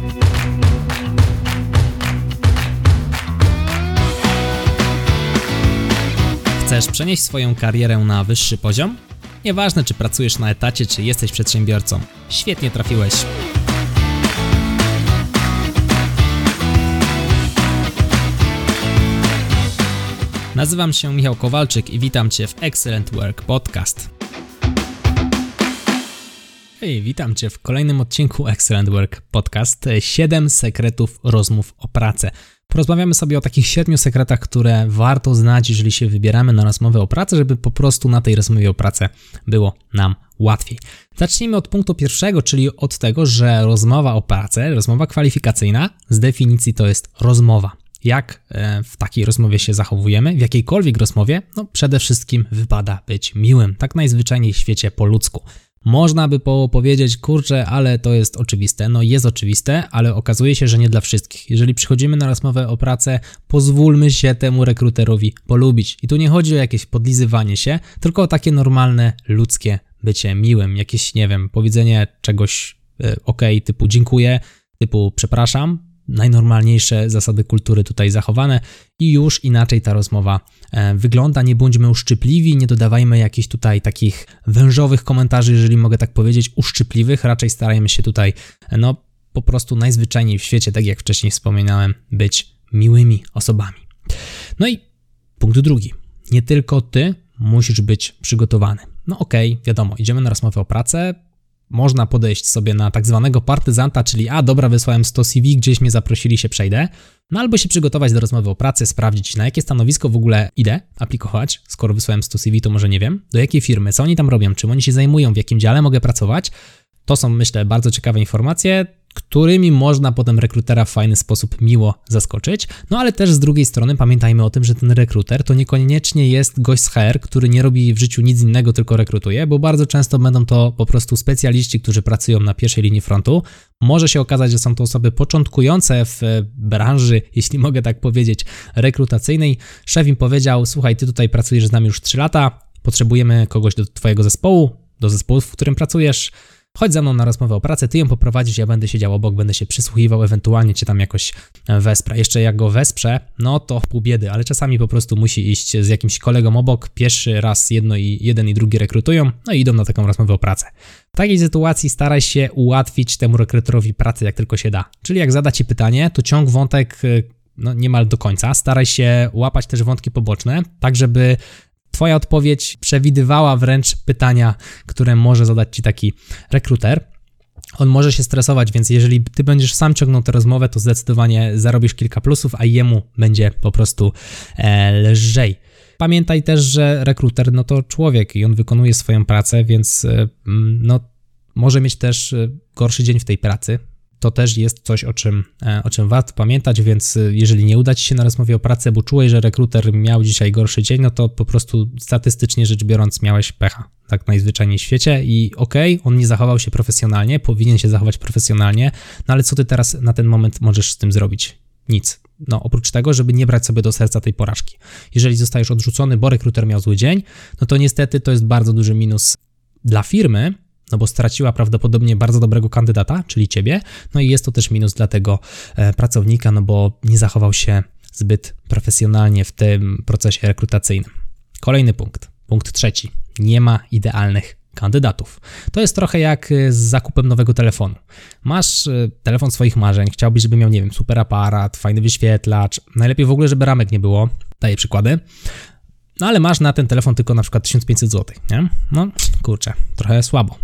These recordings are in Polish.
Chcesz przenieść swoją karierę na wyższy poziom? Nieważne, czy pracujesz na etacie, czy jesteś przedsiębiorcą. Świetnie trafiłeś. Nazywam się Michał Kowalczyk i witam Cię w Excellent Work Podcast. Hej, witam Cię w kolejnym odcinku Excellent Work Podcast. 7 sekretów rozmów o pracę. Porozmawiamy sobie o takich 7 sekretach, które warto znać, jeżeli się wybieramy na rozmowę o pracę, żeby po prostu na tej rozmowie o pracę było nam łatwiej. Zacznijmy od punktu pierwszego, czyli od tego, że rozmowa o pracę, rozmowa kwalifikacyjna z definicji to jest rozmowa. Jak w takiej rozmowie się zachowujemy, w jakiejkolwiek rozmowie? No przede wszystkim wypada być miłym, tak najzwyczajniej w świecie po ludzku. Można by powiedzieć, kurczę, ale to jest oczywiste. No jest oczywiste, ale okazuje się, że nie dla wszystkich. Jeżeli przychodzimy na rozmowę o pracę, pozwólmy się temu rekruterowi polubić. I tu nie chodzi o jakieś podlizywanie się, tylko o takie normalne, ludzkie bycie miłym. Jakieś, nie wiem, powiedzenie czegoś typu dziękuję, typu przepraszam. Najnormalniejsze zasady kultury tutaj zachowane i już inaczej ta rozmowa wygląda. Nie bądźmy uszczypliwi, nie dodawajmy jakichś tutaj takich wężowych komentarzy, jeżeli mogę tak powiedzieć, uszczypliwych. Raczej starajmy się tutaj, po prostu najzwyczajniej w świecie, tak jak wcześniej wspominałem, być miłymi osobami. No i punkt drugi. Nie tylko ty musisz być przygotowany. Wiadomo, idziemy na rozmowę o pracę. Można podejść sobie na tak zwanego partyzanta, czyli dobra, wysłałem 100 CV, gdzieś mnie zaprosili, się przejdę. Albo się przygotować do rozmowy o pracę, sprawdzić, na jakie stanowisko w ogóle idę aplikować. Skoro wysłałem 100 CV, to może nie wiem. Do jakiej firmy, co oni tam robią, czym oni się zajmują, w jakim dziale mogę pracować. To są, myślę, bardzo ciekawe informacje, którymi można potem rekrutera w fajny sposób miło zaskoczyć. Ale też z drugiej strony pamiętajmy o tym, że ten rekruter to niekoniecznie jest gość z HR, który nie robi w życiu nic innego, tylko rekrutuje, bo bardzo często będą to po prostu specjaliści, którzy pracują na pierwszej linii frontu. Może się okazać, że są to osoby początkujące w branży, jeśli mogę tak powiedzieć, rekrutacyjnej. Szef im powiedział, słuchaj, ty tutaj pracujesz z nami już 3 lata, potrzebujemy kogoś do twojego zespołu, do zespołu, w którym pracujesz. Chodź ze mną na rozmowę o pracę, ty ją poprowadzisz, ja będę siedział obok, będę się przysłuchiwał, ewentualnie cię tam jakoś wesprę. Jeszcze jak go wesprze, to pół biedy, ale czasami po prostu musi iść z jakimś kolegą obok, pierwszy raz jeden i drugi rekrutują, i idą na taką rozmowę o pracę. W takiej sytuacji staraj się ułatwić temu rekruterowi pracę jak tylko się da. Czyli jak zada ci pytanie, to ciąg wątek niemal do końca, staraj się łapać też wątki poboczne, tak żeby twoja odpowiedź przewidywała wręcz pytania, które może zadać ci taki rekruter. On może się stresować, więc jeżeli ty będziesz sam ciągnął tę rozmowę, to zdecydowanie zarobisz kilka plusów, a jemu będzie po prostu lżej. Pamiętaj też, że rekruter to człowiek i on wykonuje swoją pracę, więc może mieć też gorszy dzień w tej pracy. To też jest coś, o czym warto pamiętać, więc jeżeli nie uda ci się na rozmowie o pracę, bo czułeś, że rekruter miał dzisiaj gorszy dzień, to po prostu statystycznie rzecz biorąc miałeś pecha, tak najzwyczajniej w świecie i on nie zachował się profesjonalnie, powinien się zachować profesjonalnie, ale co ty teraz na ten moment możesz z tym zrobić? Nic. Oprócz tego, żeby nie brać sobie do serca tej porażki. Jeżeli zostajesz odrzucony, bo rekruter miał zły dzień, to niestety to jest bardzo duży minus dla firmy, bo straciła prawdopodobnie bardzo dobrego kandydata, czyli ciebie, i jest to też minus dla tego pracownika, bo nie zachował się zbyt profesjonalnie w tym procesie rekrutacyjnym. Kolejny punkt. Punkt trzeci. Nie ma idealnych kandydatów. To jest trochę jak z zakupem nowego telefonu. Masz telefon swoich marzeń, chciałbyś, żeby miał, super aparat, fajny wyświetlacz, najlepiej w ogóle, żeby ramek nie było, daję przykłady. Ale masz na ten telefon tylko na przykład 1500 zł, nie? Kurczę, trochę słabo.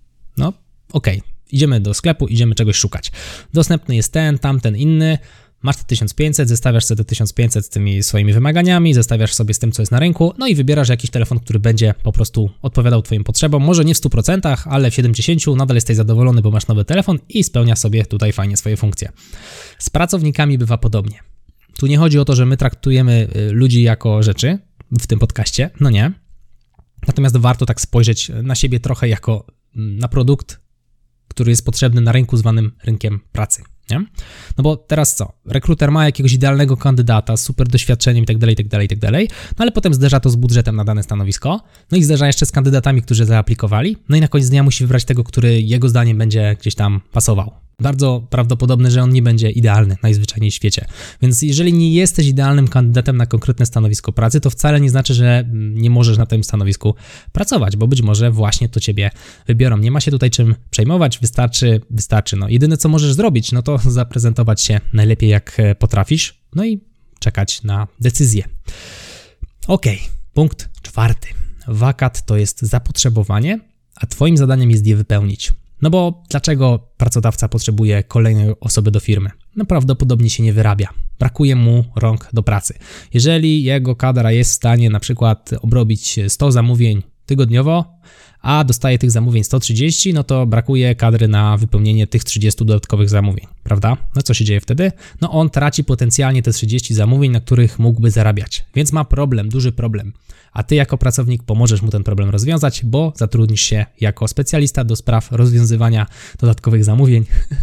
Idziemy do sklepu, idziemy czegoś szukać. Dostępny jest ten, tamten, inny. Masz te 1500, zestawiasz sobie te 1500 z tymi swoimi wymaganiami, zestawiasz sobie z tym, co jest na rynku, i wybierasz jakiś telefon, który będzie po prostu odpowiadał twoim potrzebom. Może nie w 100%, ale w 70% nadal jesteś zadowolony, bo masz nowy telefon i spełnia sobie tutaj fajnie swoje funkcje. Z pracownikami bywa podobnie. Tu nie chodzi o to, że my traktujemy ludzi jako rzeczy w tym podcaście, nie. Natomiast warto tak spojrzeć na siebie trochę jako na produkt, który jest potrzebny na rynku zwanym rynkiem pracy, nie? Bo teraz co? Rekruter ma jakiegoś idealnego kandydata z super doświadczeniem itd., ale potem zderza to z budżetem na dane stanowisko, i zderza jeszcze z kandydatami, którzy zaaplikowali, i na koniec dnia musi wybrać tego, który jego zdaniem będzie gdzieś tam pasował. bardzo prawdopodobne, że on nie będzie idealny najzwyczajniej w świecie. Więc jeżeli nie jesteś idealnym kandydatem na konkretne stanowisko pracy, to wcale nie znaczy, że nie możesz na tym stanowisku pracować, bo być może właśnie to ciebie wybiorą. Nie ma się tutaj czym przejmować, wystarczy. No, jedyne co możesz zrobić, no to zaprezentować się najlepiej jak potrafisz, no i czekać na decyzję. Okej, punkt 4. Wakat to jest zapotrzebowanie, a twoim zadaniem jest je wypełnić. No bo dlaczego pracodawca potrzebuje kolejnej osoby do firmy? No prawdopodobnie się nie wyrabia. Brakuje mu rąk do pracy. Jeżeli jego kadra jest w stanie na przykład obrobić 100 zamówień tygodniowo, a dostaje tych zamówień 130, no to brakuje kadry na wypełnienie tych 30 dodatkowych zamówień, prawda? No co się dzieje wtedy? No on traci potencjalnie te 30 zamówień, na których mógłby zarabiać, więc ma problem, duży problem. A ty jako pracownik pomożesz mu ten problem rozwiązać, bo zatrudnisz się jako specjalista do spraw rozwiązywania dodatkowych zamówień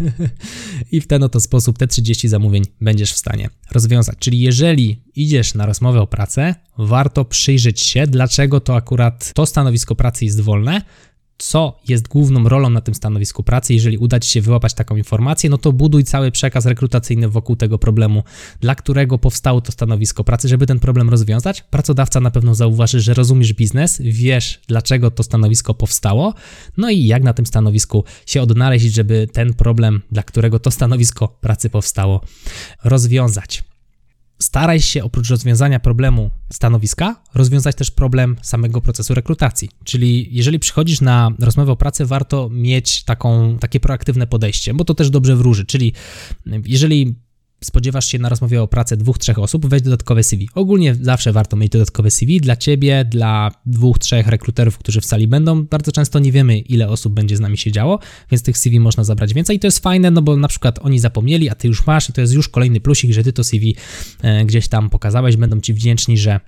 i w ten oto sposób te 30 zamówień będziesz w stanie rozwiązać. Czyli jeżeli idziesz na rozmowę o pracę, warto przyjrzeć się, dlaczego to akurat to stanowisko pracy jest wolne, co jest główną rolą na tym stanowisku pracy. Jeżeli uda ci się wyłapać taką informację, no to buduj cały przekaz rekrutacyjny wokół tego problemu, dla którego powstało to stanowisko pracy, żeby ten problem rozwiązać. Pracodawca na pewno zauważy, że rozumiesz biznes, wiesz, dlaczego to stanowisko powstało, no i jak na tym stanowisku się odnaleźć, żeby ten problem, dla którego to stanowisko pracy powstało, rozwiązać. Staraj się oprócz rozwiązania problemu stanowiska, rozwiązać też problem samego procesu rekrutacji. Czyli jeżeli przychodzisz na rozmowę o pracę, warto mieć takie proaktywne podejście, bo to też dobrze wróży. Czyli jeżeli spodziewasz się na rozmowie o pracę 2-3 osób, weź dodatkowe CV. Ogólnie zawsze warto mieć dodatkowe CV dla ciebie, dla 2-3 rekruterów, którzy w sali będą. Bardzo często nie wiemy, ile osób będzie z nami siedziało, więc tych CV można zabrać więcej i to jest fajne, no bo na przykład oni zapomnieli, a ty już masz i to jest już kolejny plusik, że ty to CV gdzieś tam pokazałeś, będą ci wdzięczni, że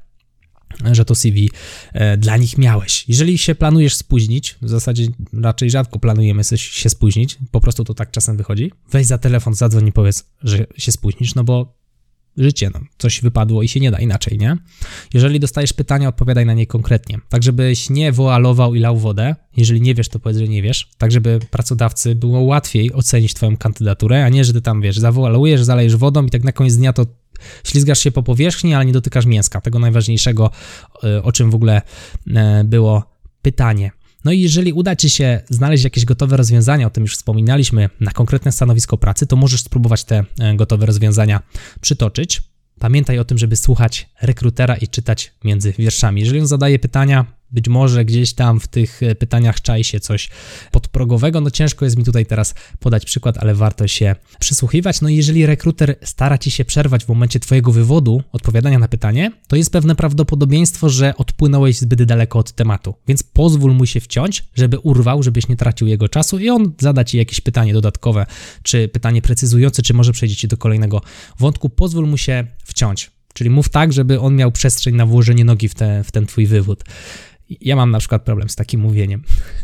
to CV dla nich miałeś. Jeżeli się planujesz spóźnić, w zasadzie raczej rzadko planujemy się spóźnić, po prostu to tak czasem wychodzi, weź za telefon, zadzwoń i powiedz, że się spóźnisz, no bo życie, no, coś wypadło i się nie da inaczej, nie? Jeżeli dostajesz pytania, odpowiadaj na nie konkretnie, tak żebyś nie woalował i lał wodę. Jeżeli nie wiesz, to powiedz, że nie wiesz, tak żeby pracodawcy było łatwiej ocenić twoją kandydaturę, a nie, że ty tam, wiesz, zawoalujesz, zalejesz wodą i tak na koniec dnia to ślizgasz się po powierzchni, ale nie dotykasz mięska, tego najważniejszego, o czym w ogóle było pytanie. No i jeżeli uda ci się znaleźć jakieś gotowe rozwiązania, o tym już wspominaliśmy, na konkretne stanowisko pracy, to możesz spróbować te gotowe rozwiązania przytoczyć. Pamiętaj o tym, żeby słuchać rekrutera i czytać między wierszami. Jeżeli on zadaje pytania, być może gdzieś tam w tych pytaniach czai się coś podprogowego, no ciężko jest mi tutaj teraz podać przykład, ale warto się przysłuchiwać. No i jeżeli rekruter stara ci się przerwać w momencie twojego wywodu, odpowiadania na pytanie, to jest pewne prawdopodobieństwo, że odpłynąłeś zbyt daleko od tematu, więc pozwól mu się wciąć, żeby urwał, żebyś nie tracił jego czasu i on zada ci jakieś pytanie dodatkowe, czy pytanie precyzujące, czy może przejdziecie do kolejnego wątku, pozwól mu się wciąć. Czyli mów tak, żeby on miał przestrzeń na włożenie nogi w ten twój wywód. Ja mam na przykład problem z takim mówieniem,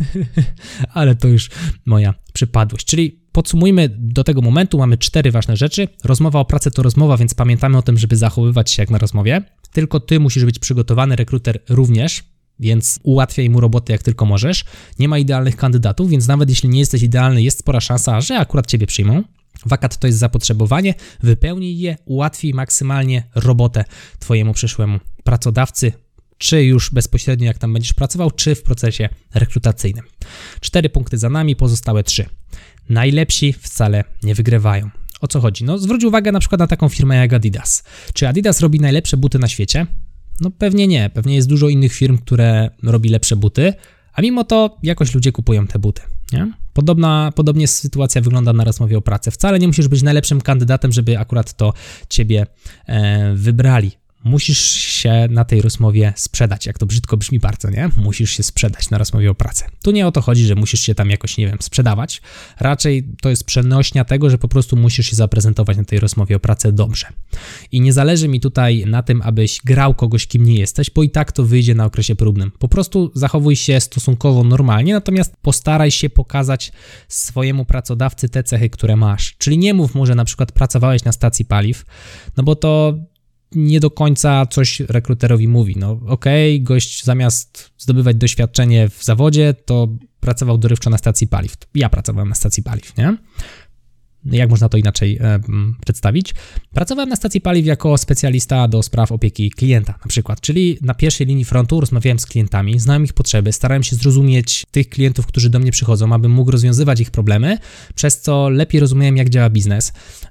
ale to już moja przypadłość. Czyli podsumujmy do tego momentu, mamy 4 ważne rzeczy. Rozmowa o pracę to rozmowa, więc pamiętamy o tym, żeby zachowywać się jak na rozmowie. Tylko ty musisz być przygotowany, rekruter również, więc ułatwiaj mu robotę jak tylko możesz. Nie ma idealnych kandydatów, więc nawet jeśli nie jesteś idealny, jest spora szansa, że akurat ciebie przyjmą. Wakat to jest zapotrzebowanie, wypełnij je, ułatwij maksymalnie robotę twojemu przyszłemu pracodawcy, czy już bezpośrednio jak tam będziesz pracował, czy w procesie rekrutacyjnym. 4 punkty za nami, pozostałe 3. Najlepsi wcale nie wygrywają. O co chodzi? No zwróć uwagę na przykład na taką firmę jak Adidas. Czy Adidas robi najlepsze buty na świecie? No pewnie nie, pewnie jest dużo innych firm, które robi lepsze buty, a mimo to jakoś ludzie kupują te buty, nie? Podobnie sytuacja wygląda na rozmowie o pracę. Wcale nie musisz być najlepszym kandydatem, żeby akurat to ciebie wybrali. Musisz się na tej rozmowie sprzedać, jak to brzydko brzmi bardzo, nie? Musisz się sprzedać na rozmowie o pracę. Tu nie o to chodzi, że musisz się tam jakoś, nie wiem, sprzedawać. Raczej to jest przenośnia tego, że po prostu musisz się zaprezentować na tej rozmowie o pracę dobrze. I nie zależy mi tutaj na tym, abyś grał kogoś, kim nie jesteś, bo i tak to wyjdzie na okresie próbnym. Po prostu zachowuj się stosunkowo normalnie, natomiast postaraj się pokazać swojemu pracodawcy te cechy, które masz. Czyli nie mów mu, że na przykład pracowałeś na stacji paliw, no bo to nie do końca coś rekruterowi mówi. No okej, gość zamiast zdobywać doświadczenie w zawodzie, to pracował dorywczo na stacji paliw. Ja pracowałem na stacji paliw, nie? Jak można to inaczej przedstawić? Pracowałem na stacji paliw jako specjalista do spraw opieki klienta na przykład, czyli na pierwszej linii frontu rozmawiałem z klientami, znałem ich potrzeby, starałem się zrozumieć tych klientów, którzy do mnie przychodzą, abym mógł rozwiązywać ich problemy, przez co lepiej rozumiałem, jak działa biznes.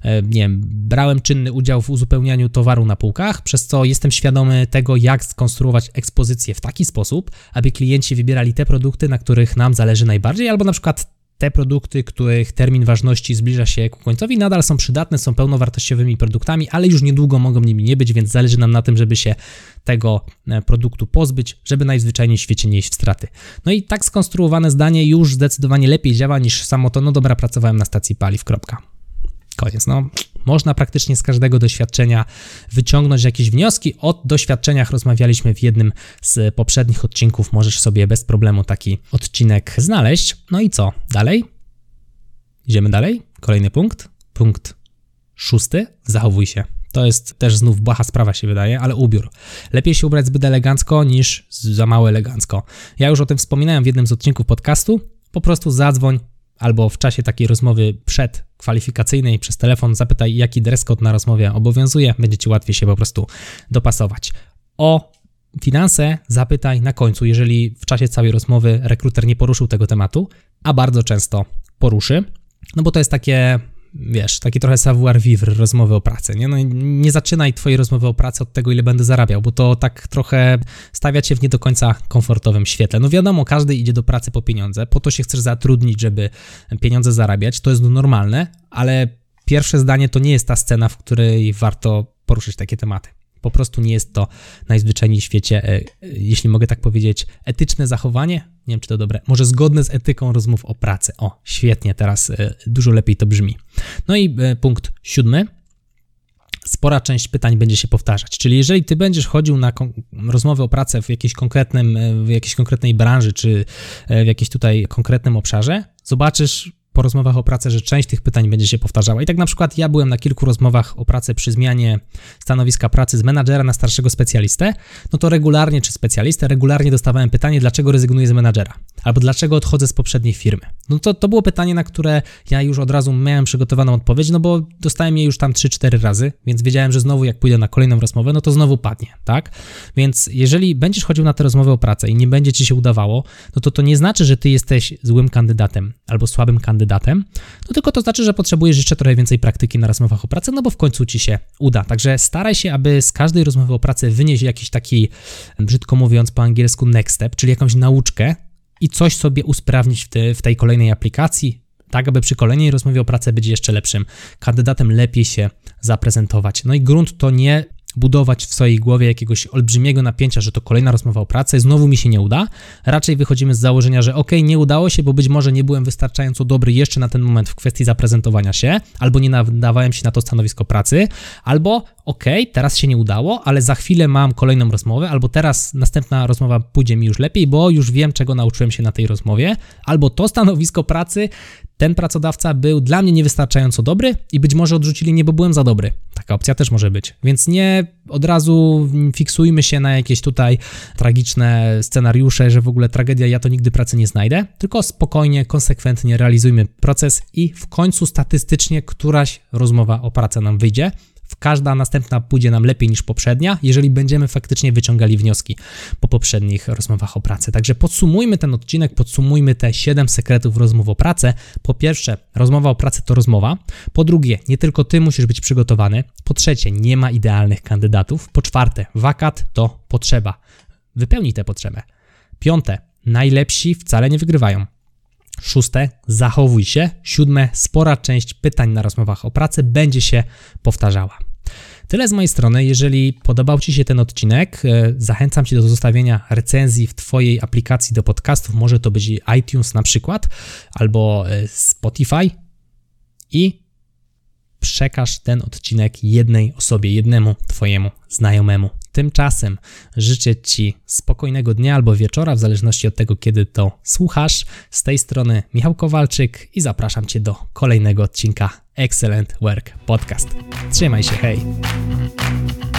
Brałem czynny udział w uzupełnianiu towaru na półkach, przez co jestem świadomy tego, jak skonstruować ekspozycję w taki sposób, aby klienci wybierali te produkty, na których nam zależy najbardziej, albo na przykład te produkty, których termin ważności zbliża się ku końcowi, nadal są przydatne, są pełnowartościowymi produktami, ale już niedługo mogą nimi nie być, więc zależy nam na tym, żeby się tego produktu pozbyć, żeby najzwyczajniej w świecie nie iść w straty. No i tak skonstruowane zdanie już zdecydowanie lepiej działa niż samo to, no dobra, pracowałem na stacji paliw, kropka. Koniec. Można praktycznie z każdego doświadczenia wyciągnąć jakieś wnioski. O doświadczeniach rozmawialiśmy w jednym z poprzednich odcinków. Możesz sobie bez problemu taki odcinek znaleźć. No i co? Dalej? Idziemy dalej. Kolejny punkt. Punkt 6. Zachowuj się. To jest też znów błaha sprawa się wydaje, ale ubiór. Lepiej się ubrać zbyt elegancko niż za mało elegancko. Ja już o tym wspominałem w jednym z odcinków podcastu. Po prostu zadzwoń albo w czasie takiej rozmowy przedkwalifikacyjnej przez telefon zapytaj, jaki dress code na rozmowie obowiązuje, będzie Ci łatwiej się po prostu dopasować. O finanse zapytaj na końcu, jeżeli w czasie całej rozmowy rekruter nie poruszył tego tematu, a bardzo często poruszy, no bo to jest takie, taki trochę savoir vivre rozmowy o pracy, nie? No nie zaczynaj twojej rozmowy o pracy od tego, ile będę zarabiał, bo to tak trochę stawia cię w nie do końca komfortowym świetle. No wiadomo, każdy idzie do pracy po pieniądze, po to się chcesz zatrudnić, żeby pieniądze zarabiać, to jest normalne, ale pierwsze zdanie to nie jest ta scena, w której warto poruszyć takie tematy. Po prostu nie jest to najzwyczajniej w świecie, jeśli mogę tak powiedzieć, etyczne zachowanie. Nie wiem, czy to dobre. Może zgodne z etyką rozmów o pracy. O, świetnie, teraz dużo lepiej to brzmi. No i punkt 7. Spora część pytań będzie się powtarzać. Czyli jeżeli ty będziesz chodził na rozmowy o pracę w jakiejś konkretnej branży, czy w jakimś tutaj konkretnym obszarze, zobaczysz po rozmowach o pracę, że część tych pytań będzie się powtarzała. I tak na przykład ja byłem na kilku rozmowach o pracę przy zmianie stanowiska pracy z menadżera na starszego specjalistę, no to regularnie dostawałem pytanie, dlaczego rezygnuję z menadżera, albo dlaczego odchodzę z poprzedniej firmy. No to było pytanie, na które ja już od razu miałem przygotowaną odpowiedź, no bo dostałem je już tam 3-4 razy, więc wiedziałem, że znowu jak pójdę na kolejną rozmowę, no to znowu padnie, tak? Więc jeżeli będziesz chodził na te rozmowy o pracę i nie będzie ci się udawało, no to nie znaczy, że ty jesteś złym kandydatem albo słabym kandydatem, no tylko to znaczy, że potrzebujesz jeszcze trochę więcej praktyki na rozmowach o pracę, no bo w końcu ci się uda. Także staraj się, aby z każdej rozmowy o pracę wynieść jakiś taki, brzydko mówiąc po angielsku, next step, czyli jakąś nauczkę i coś sobie usprawnić w tej kolejnej aplikacji, tak aby przy kolejnej rozmowie o pracę być jeszcze lepszym kandydatem, lepiej się zaprezentować. No i grunt to nie budować w swojej głowie jakiegoś olbrzymiego napięcia, że to kolejna rozmowa o pracę, znowu mi się nie uda. Raczej wychodzimy z założenia, że nie udało się, bo być może nie byłem wystarczająco dobry jeszcze na ten moment w kwestii zaprezentowania się, albo nie nadawałem się na to stanowisko pracy, albo teraz się nie udało, ale za chwilę mam kolejną rozmowę, albo teraz następna rozmowa pójdzie mi już lepiej, bo już wiem, czego nauczyłem się na tej rozmowie, albo to stanowisko pracy, ten pracodawca był dla mnie niewystarczająco dobry i być może odrzucili mnie, bo byłem za dobry. Taka opcja też może być. Więc nie od razu fiksujmy się na jakieś tutaj tragiczne scenariusze, że w ogóle tragedia, ja to nigdy pracy nie znajdę, tylko spokojnie, konsekwentnie realizujmy proces i w końcu statystycznie któraś rozmowa o pracę nam wyjdzie. Każda następna pójdzie nam lepiej niż poprzednia, jeżeli będziemy faktycznie wyciągali wnioski po poprzednich rozmowach o pracę. Także podsumujmy ten odcinek, podsumujmy te 7 sekretów rozmów o pracę. Po pierwsze, rozmowa o pracę to rozmowa. Po drugie, nie tylko ty musisz być przygotowany. Po trzecie, nie ma idealnych kandydatów. Po czwarte, wakat to potrzeba. Wypełnij tę potrzebę. 5. Najlepsi wcale nie wygrywają. 6. Zachowuj się. 7. Spora część pytań na rozmowach o pracę będzie się powtarzała. Tyle z mojej strony. Jeżeli podobał Ci się ten odcinek, zachęcam Cię do zostawienia recenzji w Twojej aplikacji do podcastów. Może to być iTunes na przykład, albo Spotify i przekaż ten odcinek jednej osobie, jednemu Twojemu znajomemu. Tymczasem życzę Ci spokojnego dnia albo wieczora, w zależności od tego, kiedy to słuchasz. Z tej strony Michał Kowalczyk i zapraszam Cię do kolejnego odcinka Excellent Work Podcast. Trzymaj się, hej!